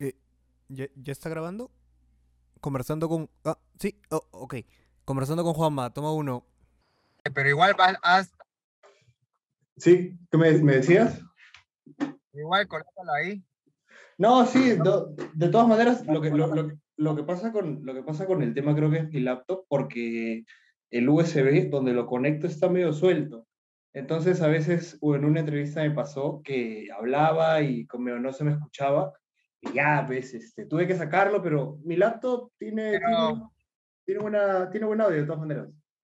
Eh, ¿Ya está grabando? Conversando con... Ah, sí, oh, ok. Conversando con Juanma, toma uno. Pero igual Sí, ¿qué me decías? igual colócalo ahí. No, sí, de todas maneras, lo que pasa lo que pasa con el tema creo que es mi laptop, porque el USB donde lo conecto está medio suelto. Entonces, a veces, o en una entrevista me pasó que hablaba y como no se me escuchaba, y ya, pues, tuve que sacarlo, pero mi laptop Pero tiene buen audio de todas maneras.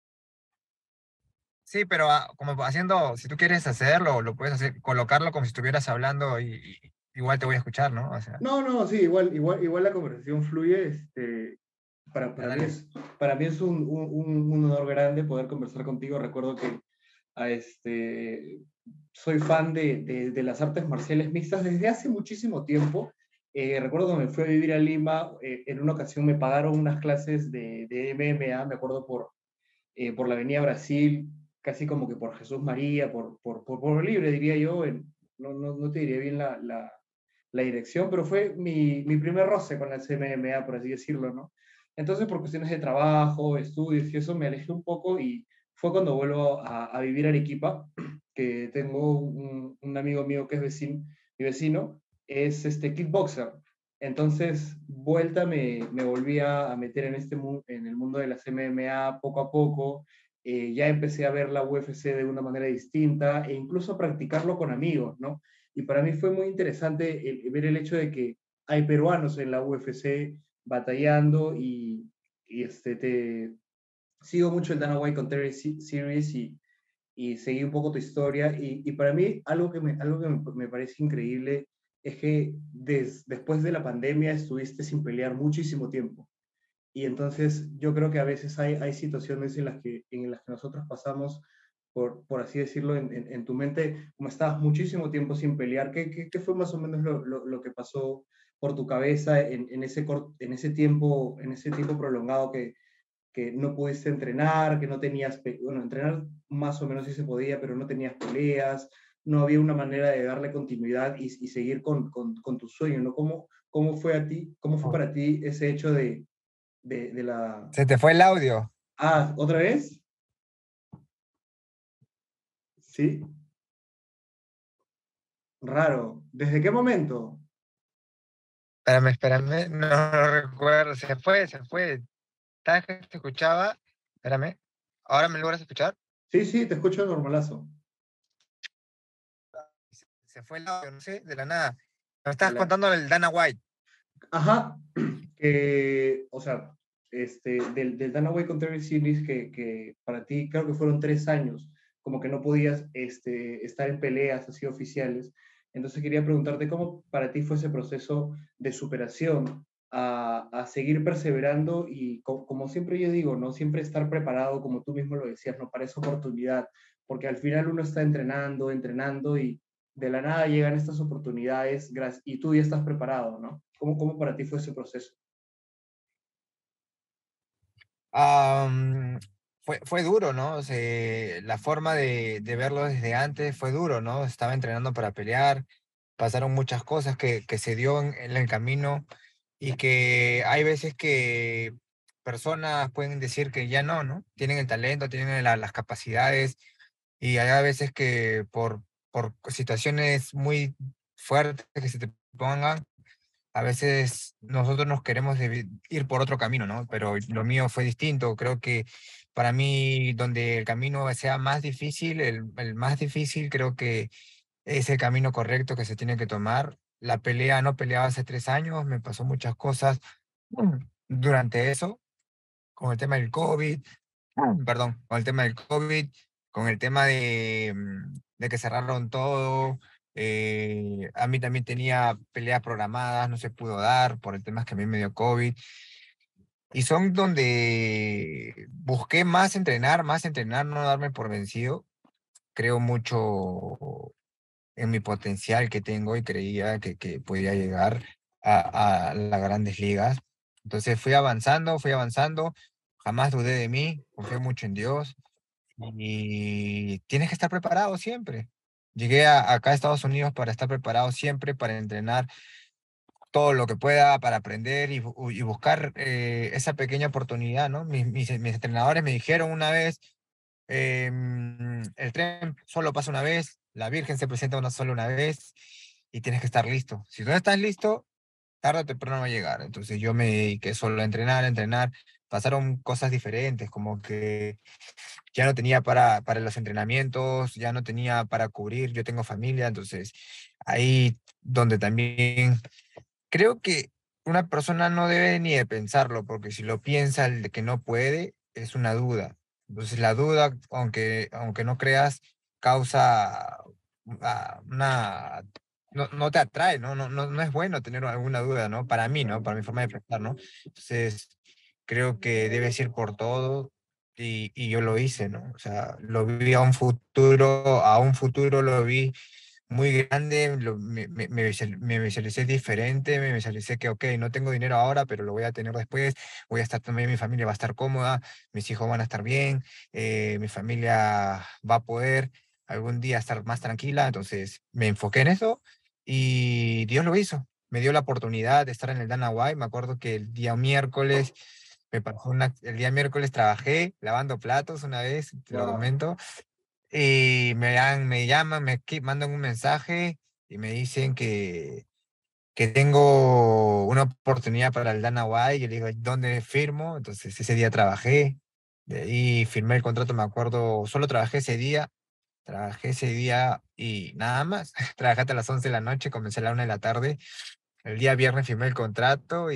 sí, pero como haciendo, si tú quieres hacerlo, lo puedes hacer, colocarlo como si estuvieras hablando y igual te voy a escuchar, ¿no? O sea, No, no, sí, igual la conversación fluye. Para, ya para mí dale. es, para mí es un honor grande poder conversar contigo. Recuerdo que a soy fan de las artes marciales mixtas desde hace muchísimo tiempo. Recuerdo que me fui a vivir a Lima. En una ocasión me pagaron unas clases de MMA, me acuerdo por la Avenida Brasil, casi como que por Jesús María, por Libre, diría yo. No te diría bien la dirección, pero fue mi primer roce con la CMMA, por así decirlo, ¿no? Entonces, por cuestiones de trabajo, estudios y eso, me alejé un poco y fue cuando vuelvo a vivir a Arequipa, que tengo un amigo mío que es mi vecino, es kickboxer. Entonces, vuelta me volví a meter en el mundo de las MMA poco a poco. Ya empecé a ver la UFC de una manera distinta e incluso a practicarlo con amigos, ¿no? Y para mí fue muy interesante ver el hecho de que hay peruanos en la UFC batallando y sigo mucho el Dana White Contender Series y seguí un poco tu historia. Y para mí algo que me parece increíble es que después de la pandemia estuviste sin pelear muchísimo tiempo. Y entonces yo creo que a veces hay situaciones en las que nosotros pasamos, por así decirlo, en tu mente, como estabas muchísimo tiempo sin pelear. ¿Qué fue más o menos lo que pasó por tu cabeza en ese tiempo prolongado que no pudiste entrenar, que no tenías, bueno, entrenar más o menos sí se podía, pero no tenías peleas, no había una manera de darle continuidad y seguir con tu sueño, ¿no? ¿Cómo fue cómo fue Oh, para ti ese hecho de la... se te fue el audio. Ah, ¿otra vez? Sí, raro. ¿Desde qué momento? Espérame, no lo recuerdo. Se fue. ¿Sabes que te escuchaba? Espérame. ¿Ahora me logras escuchar? Sí, sí, te escucho normalazo. Se fue el audio, no sé, de la nada. Me estabas La- contando el Dana White. Ajá, o sea, del Danaway Contreras Series que para ti creo que fueron 3 años, como que no podías estar en peleas así oficiales. Entonces quería preguntarte cómo para ti fue ese proceso de superación a seguir perseverando y como siempre yo digo, ¿no? Siempre estar preparado, como tú mismo lo decías, ¿no? Para esa oportunidad, porque al final uno está entrenando y de la nada llegan estas oportunidades y tú ya estás preparado, ¿no? ¿Cómo para ti fue ese proceso? Am, fue duro, ¿no? O sea, la forma de verlo desde antes fue duro, ¿no? Estaba entrenando para pelear, pasaron muchas cosas que se dio en el camino y que hay veces que personas pueden decir que ya no, ¿no? Tienen el talento, tienen las capacidades y hay a veces que por situaciones muy fuertes que se te pongan, a veces nosotros nos queremos ir por otro camino, ¿no? Pero lo mío fue distinto. Creo que para mí, donde el camino sea más difícil, el más difícil creo que es el camino correcto que se tiene que tomar. La pelea, no peleaba hace 3 años, me pasó muchas cosas durante eso, con el tema del COVID, perdón, con el tema del COVID, con el tema de que cerraron todo. A mí también tenía peleas programadas, no se pudo dar por el tema que a mí me dio COVID. Y son donde busqué más entrenar, no darme por vencido. Creo mucho en mi potencial que tengo y creía que podía llegar a las grandes ligas. Entonces fui avanzando, jamás dudé de mí, confié mucho en Dios y tienes que estar preparado siempre. Llegué acá a Estados Unidos para estar preparado siempre, para entrenar todo lo que pueda para aprender y buscar esa pequeña oportunidad, ¿no? Mis entrenadores me dijeron una vez, el tren solo pasa una vez, la Virgen se presenta solo una vez y tienes que estar listo. Si no estás listo, tarde o temprano va a llegar. Entonces yo me dediqué solo a entrenar, a entrenar. Pasaron cosas diferentes, como que ya no tenía para los entrenamientos, ya no tenía para cubrir, yo tengo familia, entonces ahí donde también creo que una persona no debe ni de pensarlo, porque si lo piensa el de que no puede, es una duda. Entonces la duda, aunque no creas, causa una... No te atrae, no es bueno tener alguna duda, ¿no? Para mí, ¿no? Para mi forma de pensar, ¿no? Entonces, creo que debes ir por todo y yo lo hice, ¿no? O sea, lo vi a un futuro lo vi muy grande, me visualicé diferente, me visualicé que, ok, no tengo dinero ahora, pero lo voy a tener después, voy a estar también, mi familia va a estar cómoda, mis hijos van a estar bien, mi familia va a poder algún día estar más tranquila, entonces me enfoqué en eso y Dios lo hizo, me dio la oportunidad de estar en el Dana White, me acuerdo que el día miércoles... el día miércoles trabajé lavando platos una vez, te lo Wow. comento, y me llaman, mandan un mensaje y me dicen que tengo una oportunidad para el Dana White. Yo le digo, ¿dónde firmo? Entonces ese día trabajé, de ahí firmé el contrato, me acuerdo, solo trabajé ese día y nada más. Trabajé hasta las 11 de la noche, comencé a la 1 de la tarde. El día viernes firmé el contrato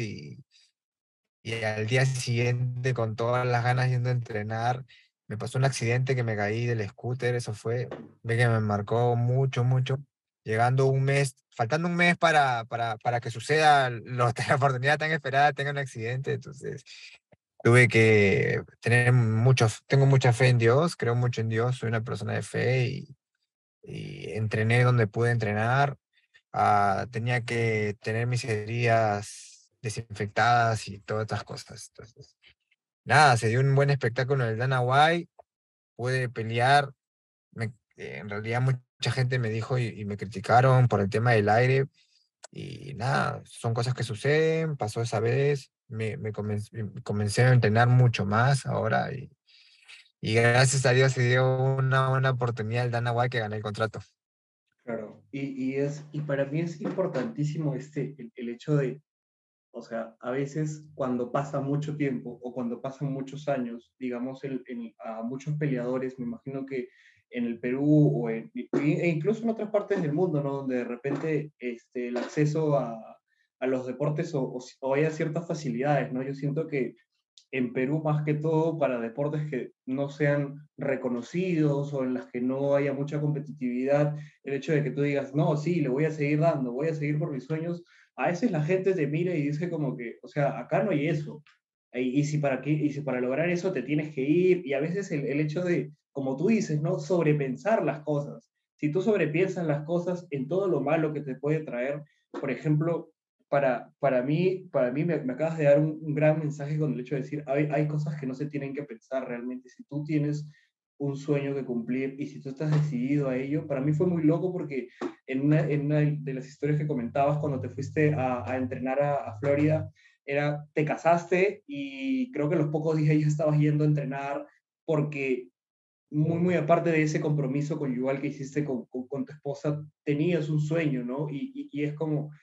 y al día siguiente, con todas las ganas yendo a entrenar, me pasó un accidente que me caí del scooter, eso fue, ve que me marcó mucho, mucho. Llegando un mes, faltando un mes para que suceda la oportunidad tan esperada, tenga un accidente, entonces tuve que tengo mucha fe en Dios, creo mucho en Dios, soy una persona de fe y entrené donde pude entrenar. Tenía que tener mis heridas desinfectadas y todas estas cosas. Entonces, nada, se dio un buen espectáculo en el Dana White, pude pelear. En realidad mucha gente me dijo y me criticaron por el tema del aire y nada, son cosas que suceden, pasó esa vez, comencé a entrenar mucho más ahora y gracias a Dios se dio una buena oportunidad el Dana White que gané el contrato. Claro, y para mí es importantísimo el hecho de, o sea, a veces cuando pasa mucho tiempo o cuando pasan muchos años, digamos, a muchos peleadores, me imagino que en el Perú e incluso en otras partes del mundo, ¿no? Donde de repente el acceso a los deportes o haya ciertas facilidades, ¿no? Yo siento que en Perú, más que todo, para deportes que no sean reconocidos o en las que no haya mucha competitividad, el hecho de que tú digas, no, sí, le voy a seguir dando, voy a seguir por mis sueños, a veces la gente te mira y dice como que, o sea, acá no hay eso. Y si para lograr eso te tienes que ir, y a veces el hecho de, como tú dices, ¿no? Sobrepensar las cosas. Si tú sobrepiensas las cosas en todo lo malo que te puede traer, por ejemplo, para mí me acabas de dar un gran mensaje con el hecho de decir, hay cosas que no se tienen que pensar realmente. Si tú tienes un sueño que cumplir y si tú estás decidido a ello, para mí fue muy loco porque en una de las historias que comentabas cuando te fuiste a entrenar a Florida, te casaste y creo que a los pocos días ya estabas yendo a entrenar porque muy aparte de ese compromiso conyugal que hiciste con tu esposa, tenías un sueño, ¿no? Y es como,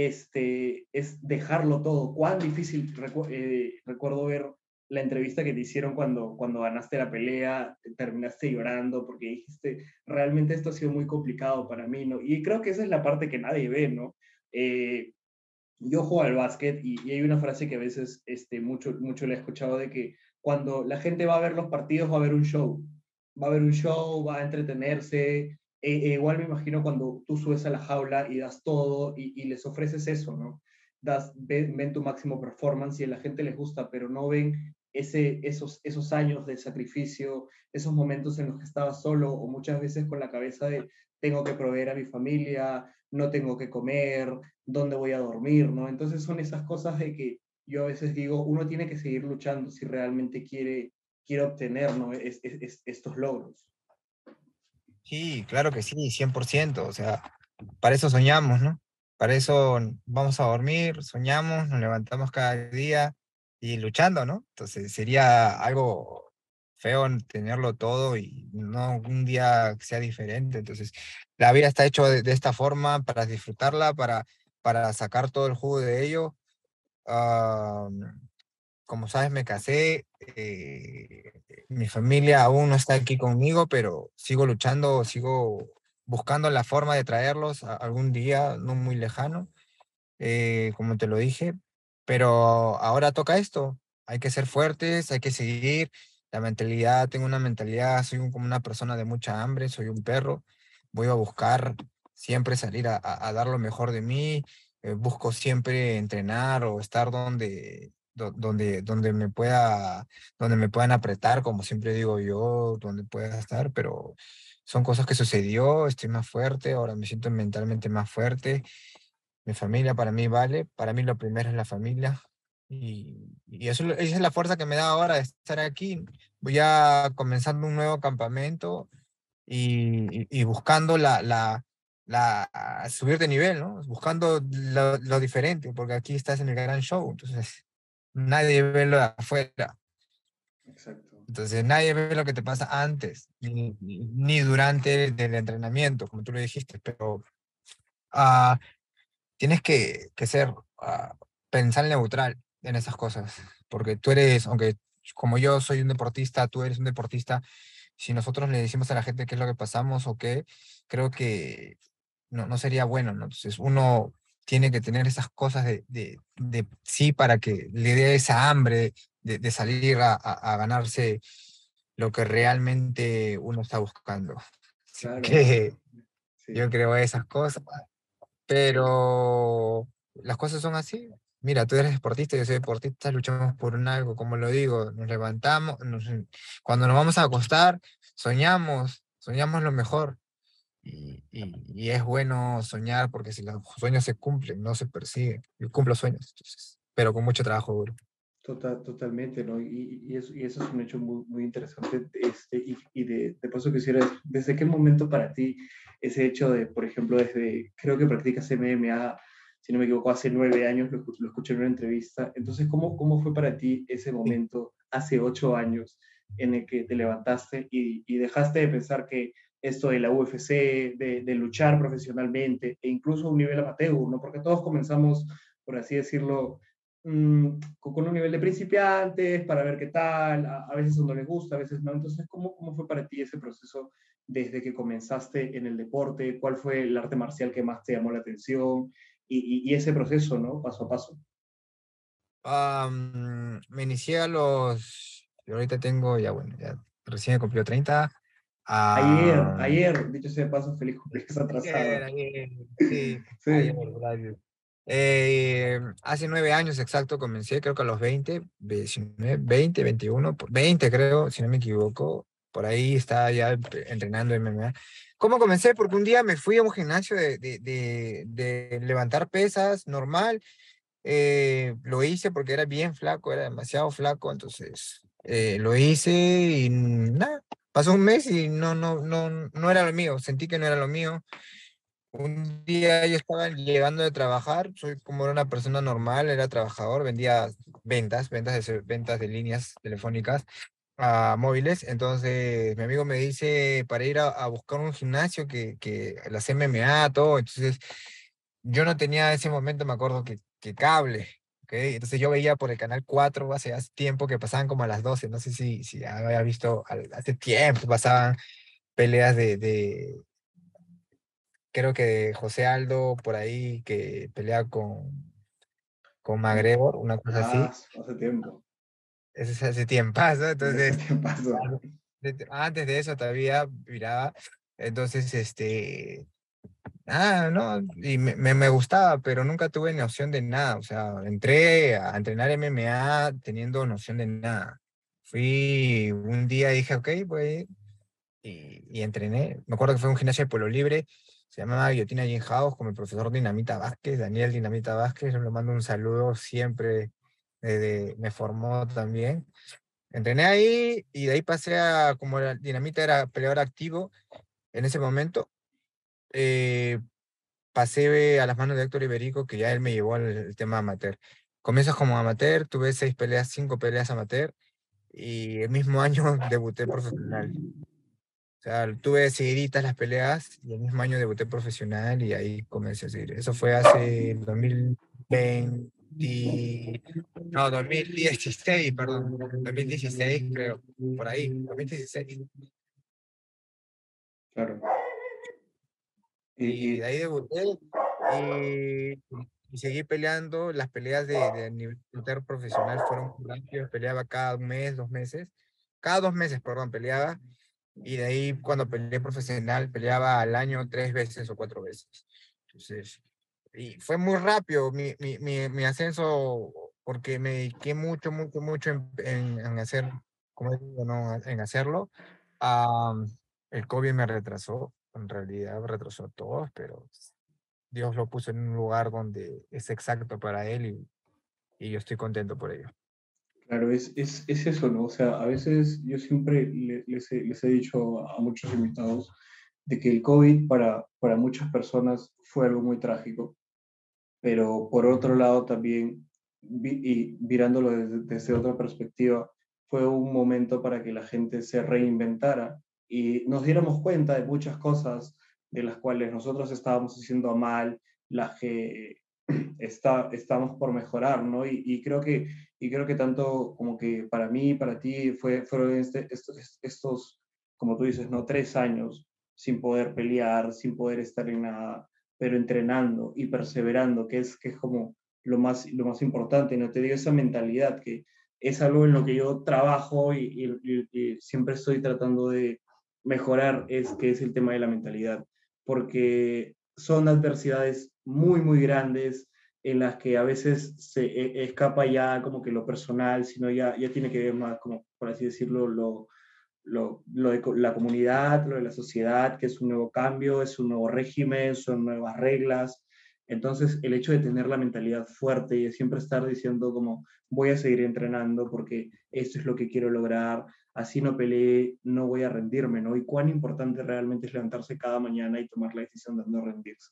es dejarlo todo. Cuán difícil, recuerdo ver la entrevista que te hicieron cuando ganaste la pelea, terminaste llorando porque dijiste, realmente esto ha sido muy complicado para mí, ¿no? Y creo que esa es la parte que nadie ve, ¿no? Eh, yo juego al básquet y hay una frase que a veces mucho le he escuchado de que cuando la gente va a ver los partidos va a haber un show, va a haber un show, va a entretenerse. Igual me imagino cuando tú subes a la jaula y das todo y les ofreces eso, ¿no? Ven tu máximo performance y a la gente les gusta, pero no ven esos años de sacrificio, esos momentos en los que estabas solo o muchas veces con la cabeza de tengo que proveer a mi familia, no tengo que comer, dónde voy a dormir, ¿no? Entonces son esas cosas de que yo a veces digo, uno tiene que seguir luchando si realmente quiere obtener, ¿no? Estos logros. Sí, claro que sí, 100%. O sea, para eso soñamos, ¿no? Para eso vamos a dormir, soñamos, nos levantamos cada día y luchando, ¿no? Entonces sería algo feo tenerlo todo y no un día que sea diferente. Entonces la vida está hecho de esta forma para disfrutarla, para sacar todo el jugo de ello. Ah, como sabes, me casé, mi familia aún no está aquí conmigo, pero sigo luchando, sigo buscando la forma de traerlos algún día, no muy lejano, como te lo dije, pero ahora toca esto, hay que ser fuertes, hay que seguir, la mentalidad, tengo una mentalidad, soy como una persona de mucha hambre, soy un perro, voy a buscar siempre salir a dar lo mejor de mí, busco siempre entrenar o estar donde me puedan apretar, como siempre digo yo, donde pueda estar, pero son cosas que sucedió, estoy más fuerte, ahora me siento mentalmente más fuerte, mi familia para mí vale, para mí lo primero es la familia. Y eso, esa es la fuerza que me da ahora de estar aquí. Voy a comenzando un nuevo campamento y buscando subir de nivel, ¿no? Buscando lo diferente, porque aquí estás en el gran show, entonces nadie ve lo de afuera. Exacto. Entonces nadie ve lo que te pasa antes, ni durante el entrenamiento, como tú lo dijiste, pero ah, tienes que ser, pensar neutral en esas cosas, porque tú eres, aunque como yo soy un deportista, tú eres un deportista, si nosotros le decimos a la gente qué es lo que pasamos o qué, creo que no sería bueno, ¿no? Entonces uno tiene que tener esas cosas de sí para que le dé esa hambre de salir a ganarse lo que realmente uno está buscando. Así Claro, que yo sí. creo esas cosas. Pero las cosas son así. Mira, tú eres deportista, yo soy deportista, luchamos por un algo, como lo digo, nos levantamos, cuando nos vamos a acostar, soñamos lo mejor. Y es bueno soñar porque si los sueños se cumplen, no se persiguen. Yo cumplo sueños, entonces, pero con mucho trabajo duro. Totalmente, ¿no? Y eso es un hecho muy, muy interesante. De paso quisiera, ¿desde qué momento para ti ese hecho de, por ejemplo, desde, creo que practicas MMA, si no me equivoco, hace 9 años, lo escuché en una entrevista. Entonces, ¿cómo fue para ti ese Sí. momento, hace 8 años, en el que te levantaste y dejaste de pensar que esto de la UFC, de luchar profesionalmente e incluso a un nivel amateur, ¿no? Porque todos comenzamos, por así decirlo, con un nivel de principiantes para ver qué tal, a veces no les gusta, a veces no. Entonces, ¿cómo fue para ti ese proceso desde que comenzaste en el deporte? ¿Cuál fue el arte marcial que más te llamó la atención? Y ese proceso, ¿no? Paso a paso. Me inicié yo ahorita tengo, ya bueno, ya recién he cumplido 30. Ayer, dicho sea de paso, feliz cumpleaños Ayer, atrasado. ayer, sí, ayer, Sí, gracias. Hace 9 años exacto comencé, creo que a los 20, 19, 20, 21, 20 creo, si no me equivoco. Por ahí estaba ya entrenando MMA. ¿Cómo comencé? Porque un día me fui a un gimnasio de levantar pesas normal. Lo hice porque era bien flaco, era demasiado flaco, entonces lo hice y nada. Pasó un mes y no era lo mío, sentí que no era lo mío. Un día yo estaba llegando de trabajar, soy como era una persona normal, era trabajador, vendía ventas de líneas telefónicas a móviles. Entonces mi amigo me dice para ir a buscar un gimnasio que las MMA, todo. Entonces yo no tenía ese momento, me acuerdo que cable. ¿Ok? Entonces yo veía por el canal 4 hace tiempo que pasaban como a las 12, no sé si había visto, hace tiempo pasaban peleas creo que de José Aldo por ahí que pelea con McGregor, una cosa así. hace tiempo. Ese es hace tiempo, ¿no? Y hace Entonces, tiempo pasó. antes de eso todavía miraba. Entonces, no, y me gustaba, pero nunca tuve noción de nada. O sea, entré a entrenar MMA teniendo noción de nada. Fui un día y dije, ok, pues y entrené. Me acuerdo que fue un gimnasio de Pueblo Libre, se llamaba Guillotina Gym House, con el profesor Dinamita Vázquez, Daniel Dinamita Vázquez, yo le mando un saludo siempre, me formó también. Entrené ahí y de ahí pasé como Dinamita era peleador activo en ese momento, pasé a las manos de Héctor Iberico, que ya él me llevó al tema amateur. Comienzas como amateur, tuve 6 peleas, 5 peleas amateur, y el mismo año debuté profesional. O sea, tuve seguiditas las peleas y el mismo año debuté profesional y ahí comencé a seguir. Eso fue hace 2020, no, 2016, perdón, 2016 creo, por ahí, 2016. Claro. Y de Y ahí debuté y, y seguí peleando. Las peleas de nivel profesional fueron muy rápidas. Peleaba cada un mes, 2 meses. Cada 2 meses, perdón, peleaba. Y de ahí cuando peleé profesional, peleaba al año 3 veces o 4 veces. Entonces, y fue muy rápido mi ascenso porque me dediqué mucho, mucho, mucho en hacer, como digo, ¿no? En hacerlo. Ah, el COVID me retrasó, en realidad me retrasó a todos, pero Dios lo puso en un lugar donde es exacto para él y yo estoy contento por ello. claro, es eso, ¿no? O sea, a veces yo siempre les he dicho a muchos invitados de que el COVID para muchas personas fue algo muy trágico, pero por otro Ujú. lado también, y mirándolo desde otra perspectiva, fue un momento para que la gente se reinventara y nos diéramos cuenta de muchas cosas de las cuales nosotros estábamos haciendo mal, las que estamos por mejorar, ¿no? Y creo que tanto como que para mí y para ti fueron estos, como tú dices, ¿no? 3 años sin poder pelear, sin poder estar en nada, pero entrenando y perseverando, que es como lo más importante, no te digo esa mentalidad, que es algo en lo que yo trabajo y siempre estoy tratando de mejorar, que es el tema de la mentalidad, porque son adversidades muy, muy grandes en las que a veces se escapa ya como que lo personal, sino ya tiene que ver más, como por así decirlo, lo de la comunidad, lo de la sociedad, que es un nuevo cambio, es un nuevo régimen, son nuevas reglas. Entonces, el hecho de tener la mentalidad fuerte y de siempre estar diciendo como voy a seguir entrenando porque esto es lo que quiero lograr, así no peleé, no voy a rendirme, ¿no? Y cuán importante realmente es levantarse cada mañana y tomar la decisión de no rendirse.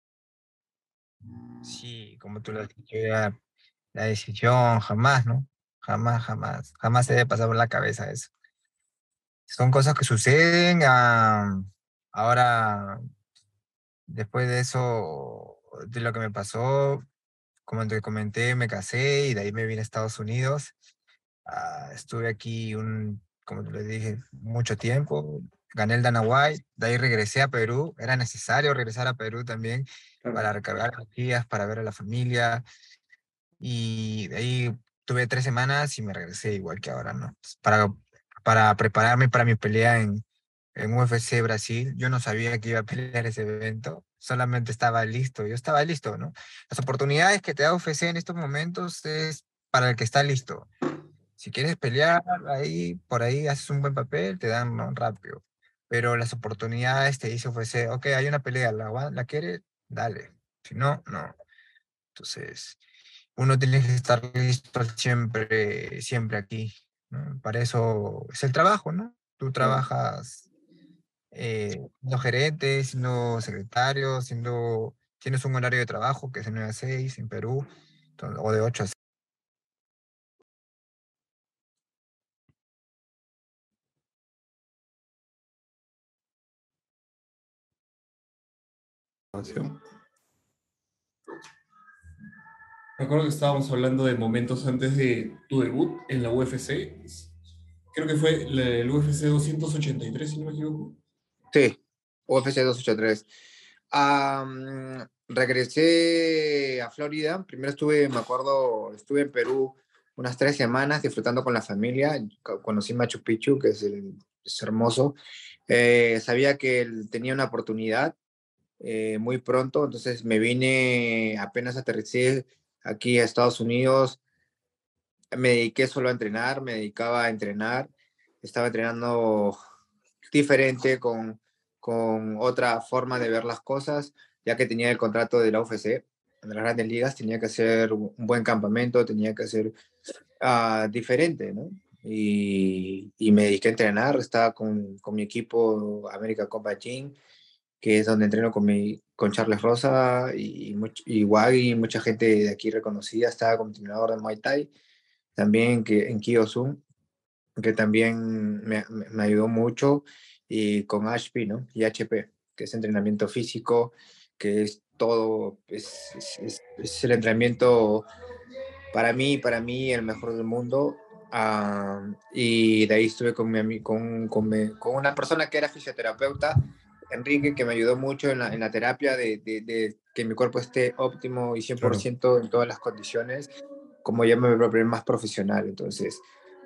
Sí, como tú lo has dicho, ya la decisión jamás, ¿no? Jamás, jamás, jamás se debe pasar por la cabeza eso. Son cosas que suceden. Ahora, después de eso, de lo que me pasó, como te comenté, me casé y de ahí me vine a Estados Unidos. Estuve aquí como te lo dije, mucho tiempo. Gané el Dana White, de ahí regresé a Perú. Era necesario regresar a Perú también Claro. para recargar energías, para ver a la familia. Y de ahí tuve 3 semanas y me regresé igual que ahora, ¿no? Para prepararme para mi pelea en UFC Brasil. Yo no sabía que iba a pelear ese evento, solamente estaba listo, yo estaba listo, ¿no? Las oportunidades que te da UFC en estos momentos es para el que está listo. Si quieres pelear ahí, por ahí haces un buen papel, te dan, ¿no? Rápido. Pero las oportunidades te dice UFC, ok, hay una pelea, ¿la quieres? Dale. Si no, no. Entonces, uno tiene que estar listo siempre, siempre aquí, ¿no? Para eso es el trabajo, ¿no? Tú Claro. trabajas siendo gerente, siendo secretario, tienes un horario de trabajo que es de 9 a 6 en Perú, o de 8 a 6. Recuerdo que estábamos hablando de momentos antes de tu debut en la UFC. Creo que fue el UFC 283, si no me equivoco. Sí, UFC 283. Regresé a Florida. Primero me acuerdo, estuve en Perú unas 3 semanas disfrutando con la familia. Conocí Machu Picchu, que es hermoso. Sabía que él tenía una oportunidad muy pronto, entonces me vine, apenas aterricé aquí a Estados Unidos. Me dediqué solo a entrenar, me dedicaba a entrenar. Estaba entrenando diferente, con otra forma de ver las cosas, ya que tenía el contrato de la UFC, de las grandes ligas, tenía que hacer un buen campamento, tenía que hacer diferente, ¿no? Y me dediqué a entrenar, estaba con mi equipo América Combat Team, que es donde entreno con Charles Rosa y Waggy, y mucha gente de aquí reconocida. Estaba como entrenador de Muay Thai, también que, en Kyosun, que también me ayudó mucho, y con HP, ¿no? Y HP, que es entrenamiento físico, que es todo, es el entrenamiento para mí el mejor del mundo. Y de ahí estuve con una persona que era fisioterapeuta, Enrique, que me ayudó mucho en la terapia de que mi cuerpo esté óptimo y cien por Claro. ciento en todas las condiciones, como ya me preparé más profesional. Entonces,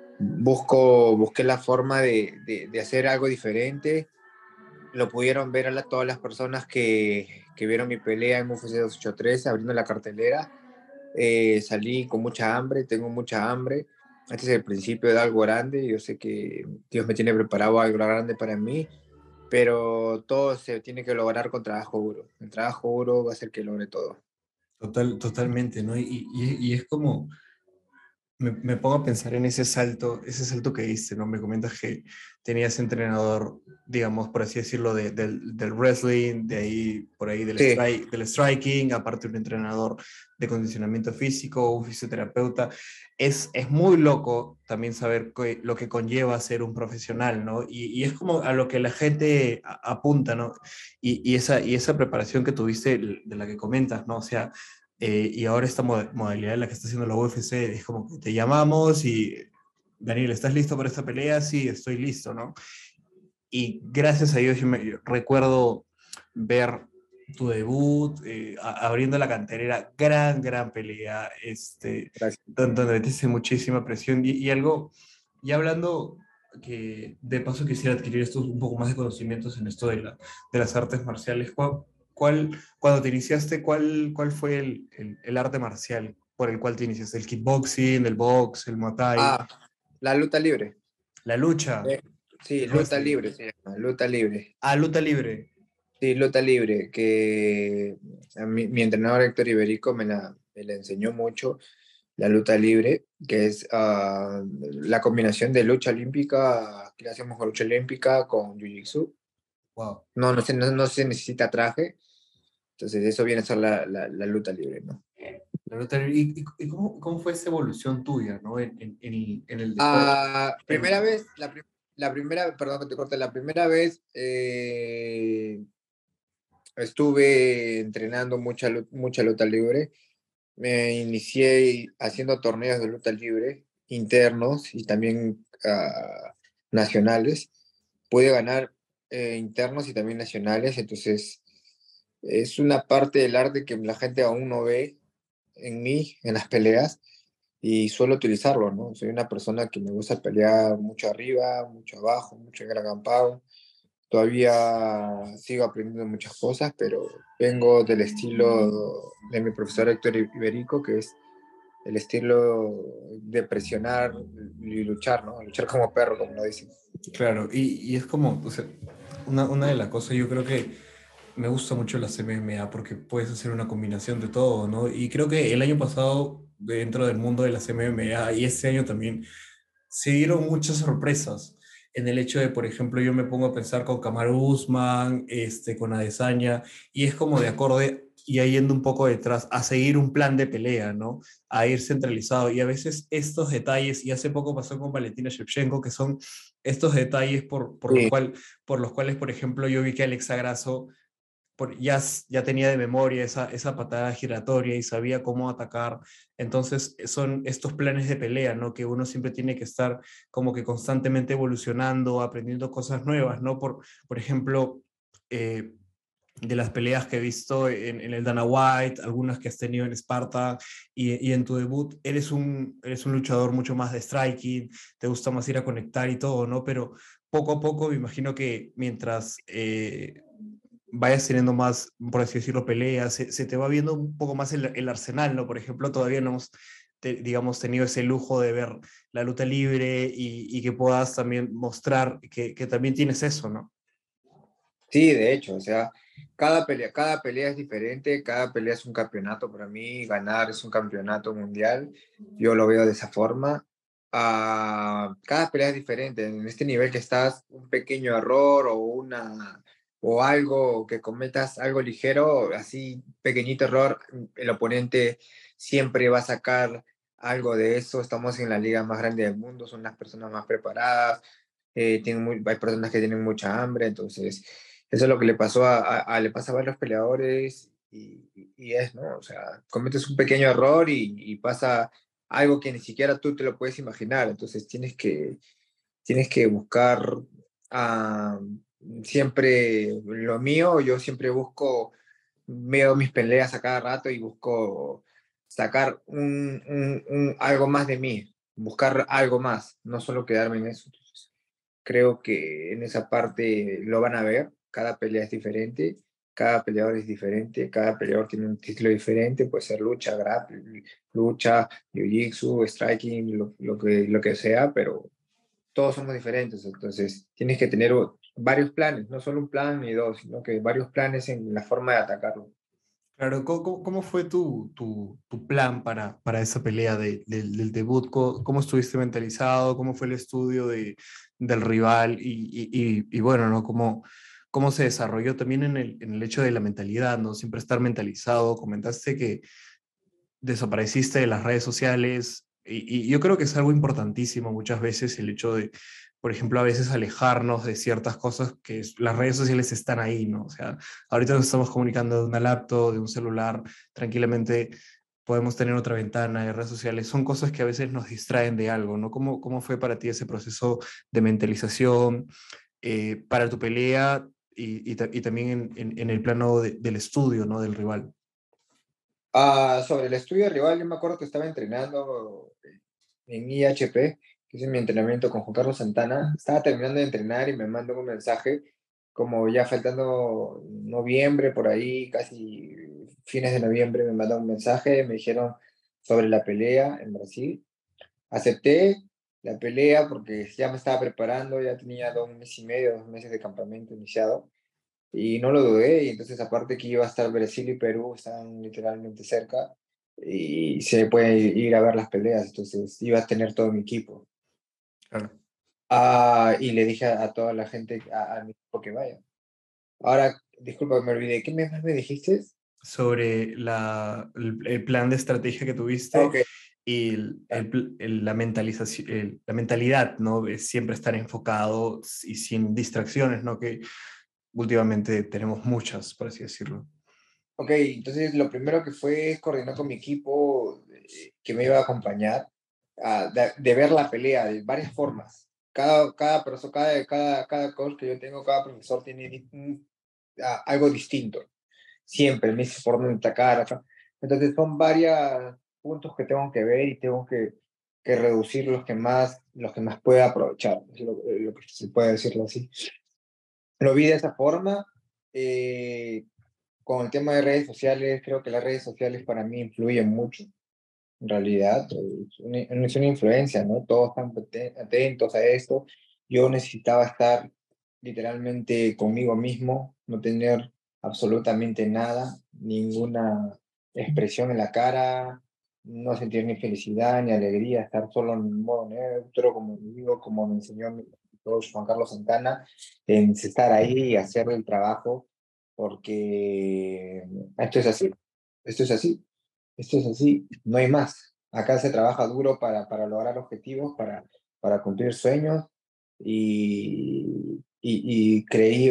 busqué la forma de hacer algo diferente. Lo pudieron ver todas las personas que vieron mi pelea en UFC 283 abriendo la cartelera. Salí con mucha hambre, tengo mucha hambre. Este es el principio de algo grande. Yo sé que Dios me tiene preparado algo grande para mí, pero todo se tiene que lograr con trabajo duro. El trabajo duro va a hacer que logre todo. Totalmente, ¿no? Y es como, me pongo a pensar en ese salto que diste, ¿no? Me comentas que tenías entrenador, digamos, por así decirlo, del wrestling, de ahí, por ahí Sí, del striking, aparte un entrenador de condicionamiento físico, un fisioterapeuta. Es muy loco también saber lo que conlleva ser un profesional, ¿no? Y es como a lo que la gente apunta, ¿no? Y esa preparación que tuviste, de la que comentas, ¿no? O sea, y ahora esta modalidad en la que está haciendo la UFC es como que te llamamos y, Daniel, ¿estás listo para esta pelea? Sí, estoy listo, ¿no? Y gracias a Dios yo recuerdo ver tu debut, abriendo la canterera, gran pelea, gracias. donde metiste muchísima presión y algo, y hablando que de paso quisiera adquirir un poco más de conocimientos en esto de las artes marciales. Cuando te iniciaste, cuál fue el arte marcial por el cual te iniciaste? ¿El kickboxing, el box, el muay thai, Ah, la lucha libre. la lucha, Eh, sí, el lucha wrestling? libre se llama, lucha libre. Ah, lucha libre. Sí, lucha libre, que mi entrenador Héctor Iberico me la enseñó mucho, la lucha libre, que es la combinación de lucha olímpica, que hacemos con lucha olímpica con jiu-jitsu. Wow. No se necesita traje, entonces eso viene a ser la lucha libre, ¿no? La lucha libre. ¿Y cómo fue esa evolución tuya, ¿no? En el deporte. Primera vez, la primera, perdón que te corte, la primera vez estuve entrenando mucha lucha libre. Me inicié haciendo torneos de lucha libre internos y también nacionales. Pude ganar internos y también nacionales, entonces es una parte del arte que la gente aún no ve en mí, en las peleas, y suelo utilizarlo, ¿no? Soy una persona que me gusta pelear mucho arriba, mucho abajo, mucho en el acampado. Todavía sigo aprendiendo muchas cosas, pero vengo del estilo de mi profesor Héctor Iberico, que es el estilo de presionar y luchar, ¿no? Luchar como perro, como lo dicen. Claro, y es como, o sea, una de las cosas, yo creo que me gusta mucho las MMA porque puedes hacer una combinación de todo, ¿no? Y creo que el año pasado, dentro del mundo de las MMA, y este año también, se dieron muchas sorpresas en el hecho de, por ejemplo, yo me pongo a pensar con Kamaru Usman, con Adesanya, y es como de acorde y ahí yendo un poco detrás a seguir un plan de pelea, ¿no? A ir centralizado. Y a veces estos detalles, y hace poco pasó con Valentina Shevchenko, que son estos detalles Sí, por los cuales, por ejemplo, yo vi que Alexa Grasso ya tenía de memoria esa patada giratoria y sabía cómo atacar. Entonces, son estos planes de pelea, ¿no? Que uno siempre tiene que estar como que constantemente evolucionando, aprendiendo cosas nuevas, ¿no? Por ejemplo, eh, de las peleas que he visto en el Dana White, algunas que has tenido en Sparta y en tu debut, eres un luchador mucho más de striking, te gusta más ir a conectar y todo, ¿no? Pero poco a poco me imagino que mientras vayas teniendo más, por así decirlo, peleas, se te va viendo un poco más el arsenal, ¿no? Por ejemplo, todavía no hemos, digamos, tenido ese lujo de ver la lucha libre y que puedas también mostrar que también tienes eso, ¿no? sí, de hecho, o sea, cada pelea es diferente, cada pelea es un campeonato para mí, ganar es un campeonato mundial, yo lo veo de esa forma. Cada pelea es diferente, en este nivel que estás, un pequeño error o o algo que cometas algo ligero, así pequeñito error, el oponente siempre va a sacar algo de eso. Estamos en la liga más grande del mundo, son las personas más preparadas, hay personas que tienen mucha hambre, entonces eso es lo que le pasó le pasa a varios peleadores y es, ¿no? O sea, cometes un pequeño error y pasa algo que ni siquiera tú te lo puedes imaginar, entonces tienes que buscar ah, siempre lo mío. Yo siempre veo mis peleas a cada rato y busco sacar algo más de mí, buscar algo más, no solo quedarme en eso. Entonces, creo que en esa parte lo van a ver, cada pelea es diferente. Cada peleador es diferente, cada peleador tiene un título diferente, puede ser lucha, grappling, lucha, jiu-jitsu, striking, lo que sea, pero todos somos diferentes, entonces tienes que tener varios planes, no solo un plan ni dos, sino que varios planes en la forma de atacarlo. Claro, ¿cómo fue tu plan para esa pelea del debut? ¿Cómo estuviste mentalizado? ¿Cómo fue el estudio del rival? Y bueno, ¿no? ¿Cómo se desarrolló también en el hecho de la mentalidad, ¿no? Siempre estar mentalizado. Comentaste que desapareciste de las redes sociales y yo creo que es algo importantísimo muchas veces el hecho de, por ejemplo, a veces alejarnos de ciertas cosas las redes sociales están ahí, ¿no? O sea, ahorita nos estamos comunicando de una laptop, de un celular, tranquilamente podemos tener otra ventana de redes sociales. Son cosas que a veces nos distraen de algo, ¿no? ¿Cómo fue para ti ese proceso de mentalización para tu pelea y también en el plano del estudio, ¿no? Del rival. Sobre el estudio de rival, yo me acuerdo que estaba entrenando en IHP, que es mi entrenamiento con Juan Carlos Santana. Estaba terminando de entrenar y me mandó un mensaje, como ya faltando noviembre, por ahí, casi fines de noviembre, me mandó un mensaje, me dijeron sobre la pelea en Brasil. Acepté la pelea porque ya me estaba preparando, ya tenía 2 meses y medio, 2 meses de campamento iniciado y no lo dudé. Y entonces, aparte que iba a estar Brasil y Perú, están literalmente cerca y se puede ir a ver las peleas, entonces iba a tener todo mi equipo. Claro. Y le dije a toda la gente, a mi equipo que vaya. Ahora, disculpa, me olvidé, ¿qué más me dijiste? Sobre el plan de estrategia que tuviste Ok. y la mentalización, la mentalidad, ¿no? De siempre estar enfocado y sin distracciones, ¿no? Que últimamente tenemos muchas, por así decirlo. Ok, entonces lo primero que fue es coordinar con mi equipo que me iba a acompañar, de ver la pelea de varias formas. Cada persona, cada coach que yo tengo, cada profesor tiene algo distinto. Siempre me dice por dónde atacar. Acá. Entonces son varios puntos que tengo que ver y tengo que reducir los que más pueda aprovechar. Es lo que se puede decirlo así. Lo vi de esa forma. Con el tema de redes sociales, creo que las redes sociales para mí influyen mucho, en realidad. Es una influencia, ¿no? Todos están atentos a esto. Yo necesitaba estar literalmente conmigo mismo, no tener absolutamente nada, ninguna expresión en la cara, no sentir ni felicidad ni alegría, estar solo en modo neutro, como digo, como me enseñó mi coach Juan Carlos Santana, en estar ahí y hacer el trabajo, porque esto es así, esto es así, esto es así, no hay más. Acá se trabaja duro para lograr objetivos, para cumplir sueños y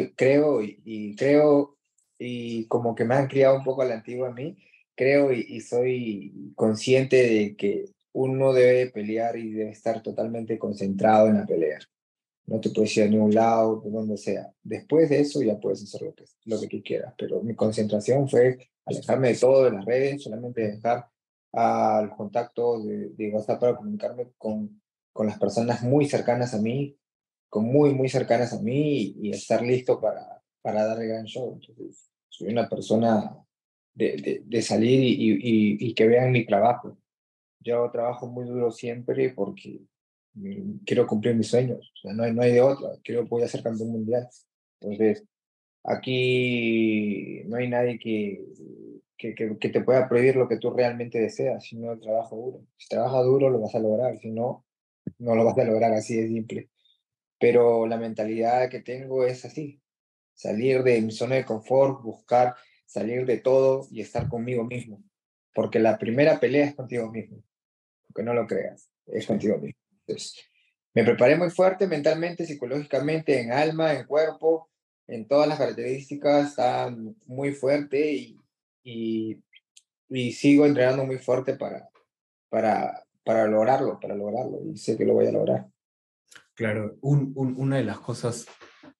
creo y como que me han criado un poco a la antigua a mí, creo y soy consciente de que uno debe pelear y debe estar totalmente concentrado en la pelea. No te puedes ir a ningún lado, de donde sea. Después de eso ya puedes hacer lo que tú quieras, pero mi concentración fue alejarme de todo, de las redes, solamente dejar al contacto de WhatsApp para comunicarme con las personas muy cercanas a mí, con muy, muy cercanas a mí y estar listo para dar el gran show. Entonces, soy una persona de salir y que vean mi trabajo. Yo trabajo muy duro siempre porque quiero cumplir mis sueños. O sea, no hay de otra. Voy a ser campeón mundial. Entonces, aquí no hay nadie que te pueda prohibir lo que tú realmente deseas, sino el trabajo duro. Si trabajas duro, lo vas a lograr. Si no, no lo vas a lograr, así de simple. Pero la mentalidad que tengo es así. salir de mi zona de confort, buscar salir de todo y estar conmigo mismo. Porque la primera pelea es contigo mismo, aunque no lo creas, es contigo mismo. Entonces, me preparé muy fuerte mentalmente, psicológicamente, en alma, en cuerpo, en todas las características, está muy fuerte y, y sigo entrenando muy fuerte para lograrlo, y sé que lo voy a lograr. Claro, una de las cosas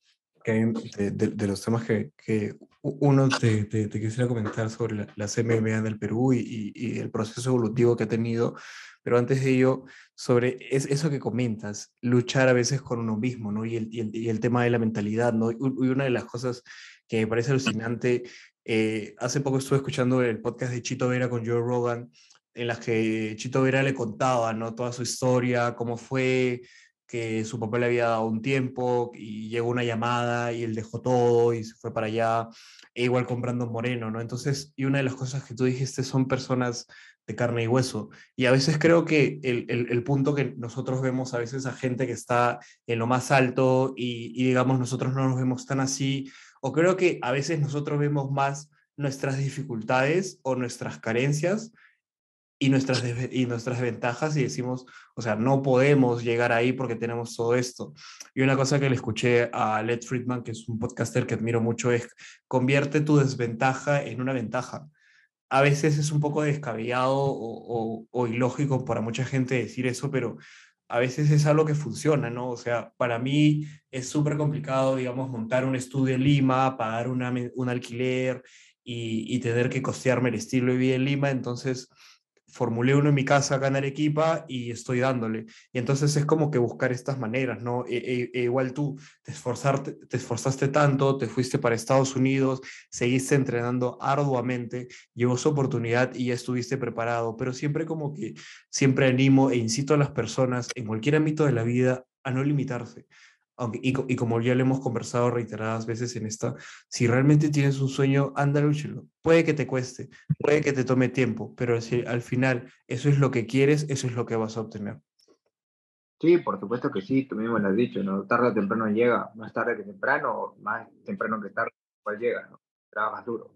de los temas que uno te quisiera comentar sobre las MMA del Perú y el proceso evolutivo que ha tenido, pero antes de ello, sobre eso que comentas, luchar a veces con uno mismo, ¿no? Y el tema de la mentalidad, ¿no? Y una de las cosas que me parece alucinante, hace poco estuve escuchando el podcast de Chito Vera con Joe Rogan, en las que Chito Vera le contaba, ¿no? Toda su historia, cómo fue que su papá le había dado un tiempo y llegó una llamada y él dejó todo y se fue para allá, e igual con Brandon Moreno, ¿no? Entonces, y una de las cosas que tú dijiste son personas de carne y hueso. Y a veces creo que el punto que nosotros vemos a veces a gente que está en lo más alto digamos nosotros no nos vemos tan así, o creo que a veces nosotros vemos más nuestras dificultades o nuestras carencias y nuestras ventajas y decimos, o sea, no podemos llegar ahí porque tenemos todo esto. Y una cosa que le escuché a Led Friedman, que es un podcaster que admiro mucho, es convierte tu desventaja en una ventaja. A veces es un poco descabellado o ilógico para mucha gente decir eso, pero a veces es algo que funciona, ¿no? O sea, para mí es súper complicado, digamos, montar un estudio en Lima, pagar un alquiler y tener que costearme el estilo de vida en Lima, entonces formulé uno en mi casa acá en Arequipa y estoy dándole. Y entonces es como que buscar estas maneras, ¿no? Igual tú te esforzaste tanto, te fuiste para Estados Unidos, seguiste entrenando arduamente, llegó su oportunidad y ya estuviste preparado, pero siempre como que siempre animo e incito a las personas en cualquier ámbito de la vida a no limitarse. Aunque, y como ya lo hemos conversado reiteradas veces en esta, si realmente tienes un sueño, anda, lúchalo. Puede que te cueste, puede que te tome tiempo, pero si al final eso es lo que quieres, eso es lo que vas a obtener. Sí, por supuesto que sí, tú mismo lo has dicho, ¿no? Tarde o temprano llega, más tarde que temprano, más temprano que tarde, igual llega, ¿no? Trabajas duro.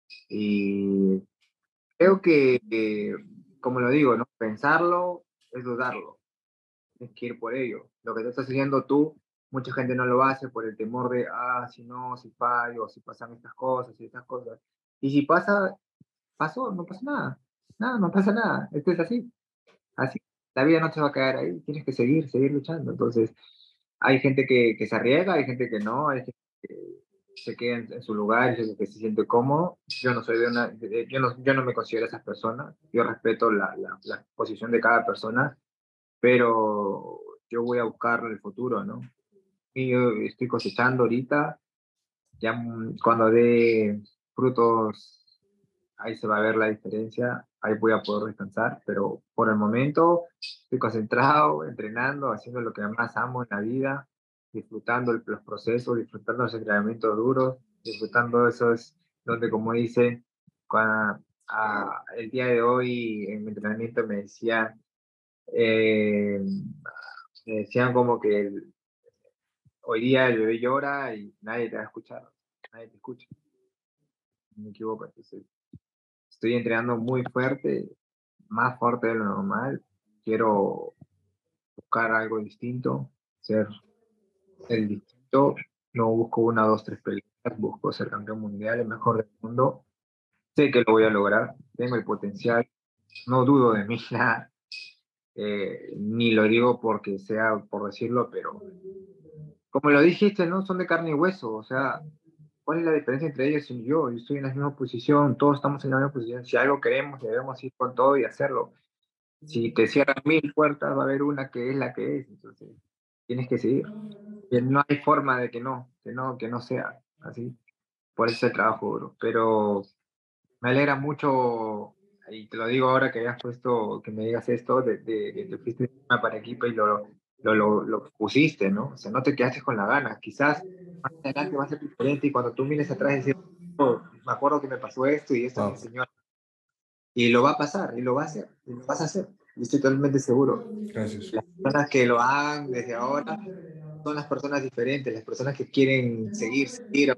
Y creo que, como lo digo, ¿no? Pensarlo es dudarlo, tienes que ir por ello. Lo que te estás haciendo tú, mucha gente no lo hace por el temor de, si no, si fallo, si pasan estas cosas y estas cosas. Y si pasa, pasó, no pasa nada, nada, no pasa nada, esto es así. Así, la vida no te va a quedar ahí, tienes que seguir luchando. Entonces, hay gente que se arriesga, hay gente que no, hay gente que se queda en su lugar y que se siente cómodo. Yo no soy yo no me considero esas personas. Yo respeto la posición de cada persona, pero yo voy a buscar el futuro, ¿no? Y yo estoy cosechando ahorita, ya cuando dé frutos ahí se va a ver la diferencia, ahí voy a poder descansar, pero por el momento estoy concentrado, entrenando, haciendo lo que más amo en la vida, disfrutando los procesos, disfrutando los entrenamientos duros, disfrutando esos donde, como dice, el día de hoy en mi entrenamiento eh, me decían como que hoy día el bebé llora y nadie te va a escuchar, nadie te escucha, no me equivoco, entonces estoy entrenando muy fuerte, más fuerte de lo normal. Quiero buscar algo distinto, ser el distinto. No busco una, dos, tres peleas, busco ser campeón mundial, el mejor del mundo. Sé que lo voy a lograr, tengo el potencial, no dudo de mí nada, ni lo digo porque sea por decirlo, pero como lo dijiste, ¿no? Son de carne y hueso, o sea, ¿cuál es la diferencia entre ellos y yo? Yo estoy en la misma posición, todos estamos en la misma posición. Si algo queremos, debemos ir con todo y hacerlo. Si te cierran mil puertas, va a haber una que es la que es. Entonces, tienes que seguir. Y no hay forma de que no sea así. Por eso el trabajo duro. Pero me alegra mucho, y te lo digo ahora que hayas puesto, que me digas esto, de que te fuiste para equipo y lo pusiste, ¿no? O sea, no te quedaste con la gana. Quizás más adelante va a ser diferente y cuando tú mires atrás y decir, "Oh, me acuerdo que me pasó esto y esto me Wow, enseñó". Y lo va a pasar, y lo va a hacer, y lo vas a hacer. Yo estoy totalmente seguro. gracias. Las personas que lo hagan desde ahora son las personas diferentes, las personas que quieren seguir, seguir.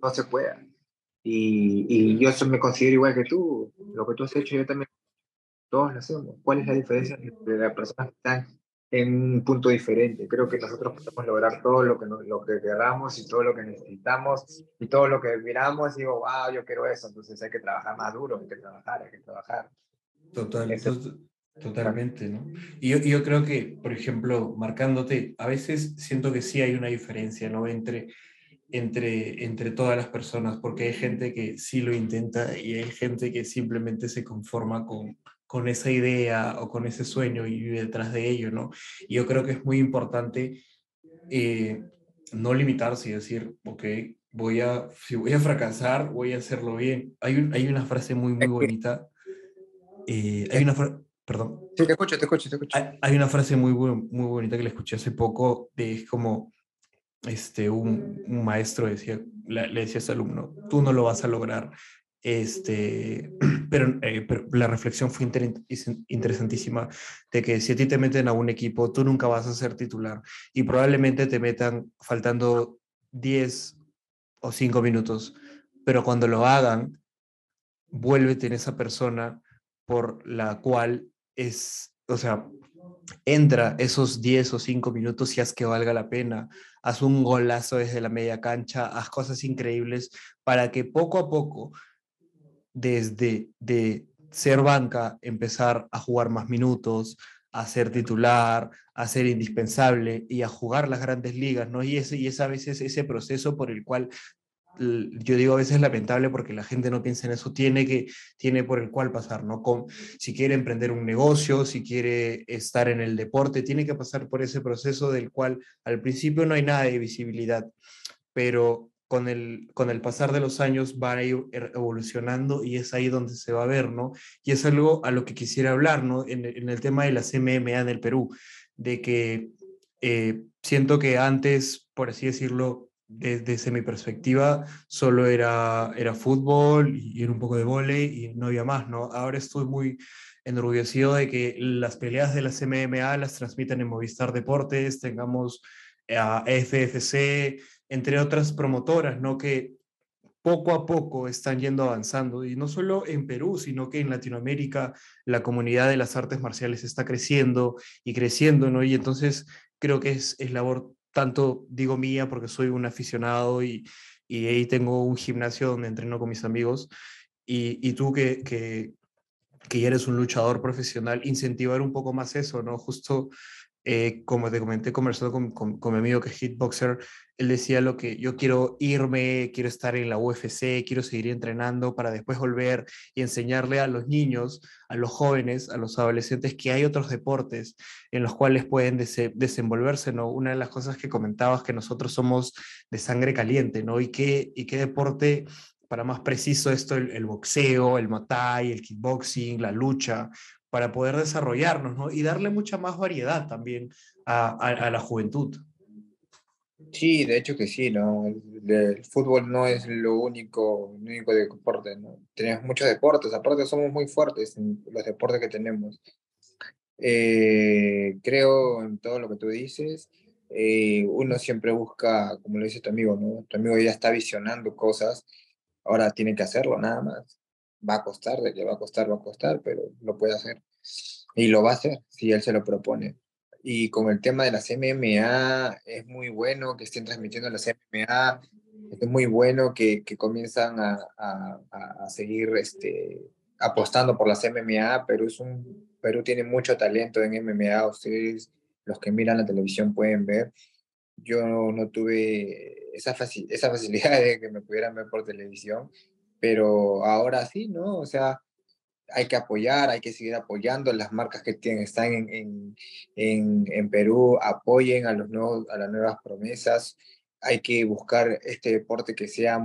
no se pueda. Y yo me considero igual que tú, lo que tú has hecho yo también, todos lo hacemos. ¿Cuál es la diferencia entre las personas que están en un punto diferente? Creo que nosotros podemos lograr todo lo que, lo que queramos y todo lo que necesitamos y todo lo que miramos y digo, wow, yo quiero eso, entonces hay que trabajar más duro, hay que trabajar, hay que trabajar. Total, Eso, totalmente, ¿no? Y yo creo que, por ejemplo, marcándote, a veces siento que sí hay una diferencia, ¿no? Entre todas las personas, porque hay gente que sí lo intenta y hay gente que simplemente se conforma con esa idea o con ese sueño y vive detrás de ello, ¿no? Y yo creo que es muy importante eh, no limitarse y decir, ok, si voy a fracasar, voy a hacerlo bien. Hay una frase muy, muy es que, bonita. Perdón. sí, te escucho, te escucho, te escucho. Hay una frase muy, muy bonita que la escuché hace poco, es como un maestro decía, le decía a su alumno, tú no lo vas a lograr. Pero la reflexión fue interesantísima de que si a ti te meten a un equipo, tú nunca vas a ser titular y probablemente te metan faltando 10 o 5 minutos, pero cuando lo hagan, vuélvete en esa persona por la cual o sea, entra esos 10 o 5 minutos y haz que valga la pena. Haz un golazo desde la media cancha, haz cosas increíbles para que poco a poco, desde de ser banca, empezar a jugar más minutos, a ser titular, a ser indispensable y a jugar las grandes ligas, ¿no? Y es a veces ese proceso por el cual yo digo a veces lamentable porque la gente no piensa en eso, tiene por el cual pasar, ¿no? Si quiere emprender un negocio, si quiere estar en el deporte, tiene que pasar por ese proceso del cual al principio no hay nada de visibilidad, pero con el pasar de los años va a ir evolucionando y es ahí donde se va a ver, ¿no? Y es algo a lo que quisiera hablar, ¿no? En el tema de las MMA en el Perú, de que siento que antes, por así decirlo, desde mi perspectiva, solo era fútbol y era un poco de vóley y no había más, ¿no? Ahora estoy muy enorgullecido de que las peleas de las MMA las transmiten en Movistar Deportes, tengamos a FFC, entre otras promotoras, ¿no? Que poco a poco están yendo avanzando, y no solo en Perú, sino que en Latinoamérica la comunidad de las artes marciales está creciendo y creciendo, ¿no? Y entonces creo que es labor tanto, digo mía, porque soy un aficionado y ahí tengo un gimnasio donde entreno con mis amigos, y tú que ya eres un luchador profesional, incentivar un poco más eso, ¿no? Justo como te comenté, conversando con mi amigo que es hitboxer, él decía lo que yo quiero irme, quiero estar en la UFC, quiero seguir entrenando para después volver y enseñarle a los niños, a los jóvenes, a los adolescentes que hay otros deportes en los cuales pueden desenvolverse, ¿no? Una de las cosas que comentabas que nosotros somos de sangre caliente, ¿no? ¿Y qué deporte, para más preciso esto, el boxeo, el muay thai, el kickboxing, la lucha, para poder desarrollarnos, ¿no? Y darle mucha más variedad también a la juventud. Sí, de hecho que sí, ¿no? El fútbol no es lo único deporte, ¿no? Tenemos muchos deportes, aparte somos muy fuertes en los deportes que tenemos. Creo en todo lo que tú dices. Uno siempre busca, como lo dice tu amigo, ¿no? Tu amigo ya está visionando cosas, ahora tiene que hacerlo nada más. Va a costar, de que va a costar, pero lo puede hacer. Y lo va a hacer si él se lo propone. Y con el tema de las MMA, es muy bueno que estén transmitiendo las MMA, es muy bueno que comienzan a seguir apostando por las MMA. Perú tiene mucho talento en MMA, ustedes, los que miran la televisión, pueden ver. Yo no tuve esa facilidad de que me pudieran ver por televisión, pero ahora sí, ¿no? O sea, hay que apoyar, hay que seguir apoyando las marcas que están en Perú, apoyen a a las nuevas promesas. Hay que buscar este deporte que sea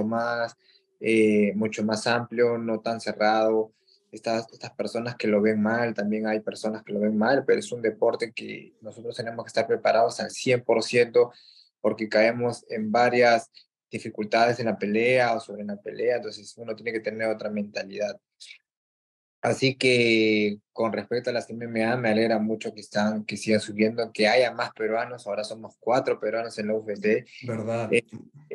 mucho más amplio, no tan cerrado. Estas personas que lo ven mal, también hay personas que lo ven mal, pero es un deporte que nosotros tenemos que estar preparados al 100% porque caemos en varias dificultades en la pelea o sobre la pelea, entonces uno tiene que tener otra mentalidad. Así que con respecto a las MMA, me alegra mucho que sigan subiendo, que haya más peruanos, ahora somos 4 peruanos en la UFC. ¿Verdad? Eh,